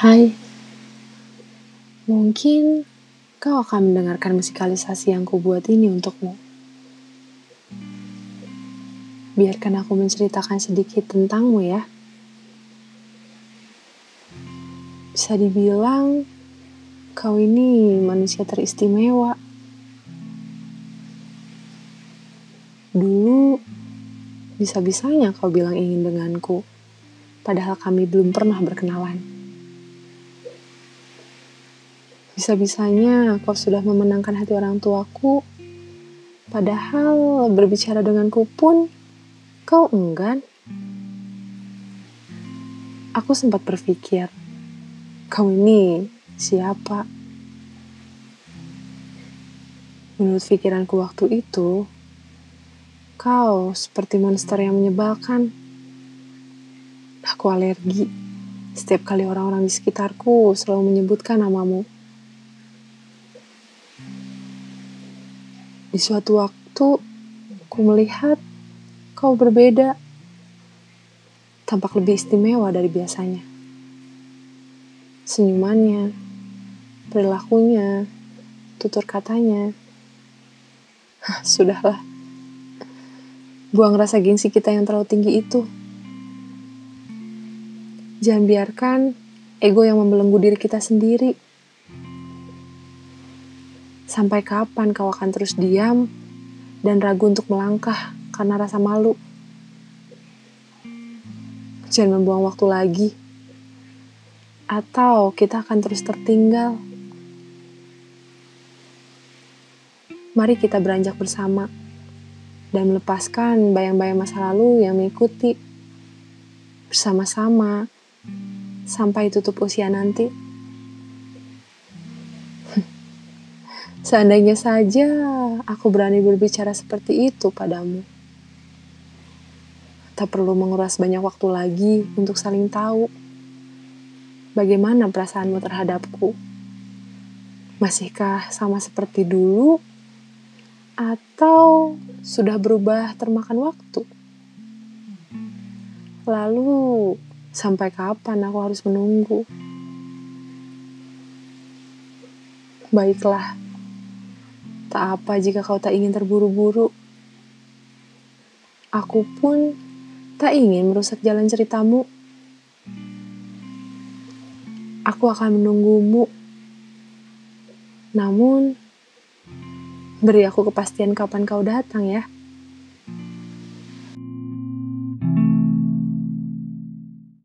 Hai, mungkin kau akan mendengarkan musikalisasi yang kubuat ini untukmu. Biarkan aku menceritakan sedikit tentangmu ya. Bisa dibilang, kau ini manusia teristimewa. Dulu, bisa-bisanya kau bilang ingin denganku, padahal kami belum pernah berkenalan. Bisa-bisanya kau sudah memenangkan hati orang tuaku, padahal berbicara denganku pun kau enggan. Aku sempat berpikir, kau ini siapa? Menurut pikiranku waktu itu, kau seperti monster yang menyebalkan. Aku alergi. Setiap kali orang-orang di sekitarku selalu menyebutkan namamu. Di suatu waktu, ku melihat kau berbeda. Tampak lebih istimewa dari biasanya. Senyumannya, perilakunya, tutur katanya. Sudahlah. Buang rasa gengsi kita yang terlalu tinggi itu. Jangan biarkan ego yang membelenggu diri kita sendiri. Sampai kapan kau akan terus diam dan ragu untuk melangkah karena rasa malu? Jangan membuang waktu lagi. Atau kita akan terus tertinggal. Mari kita beranjak bersama dan melepaskan bayang-bayang masa lalu yang mengikuti. Bersama-sama sampai tutup usia nanti. Seandainya saja aku berani berbicara seperti itu padamu. Tak perlu menguras banyak waktu lagi untuk saling tahu. Bagaimana perasaanmu terhadapku? Masihkah sama seperti dulu? Atau sudah berubah termakan waktu? Lalu, sampai kapan aku harus menunggu? Baiklah, tak apa jika kau tak ingin terburu-buru. Aku pun tak ingin merusak jalan ceritamu. Aku akan menunggumu. Namun, beri aku kepastian kapan kau datang ya.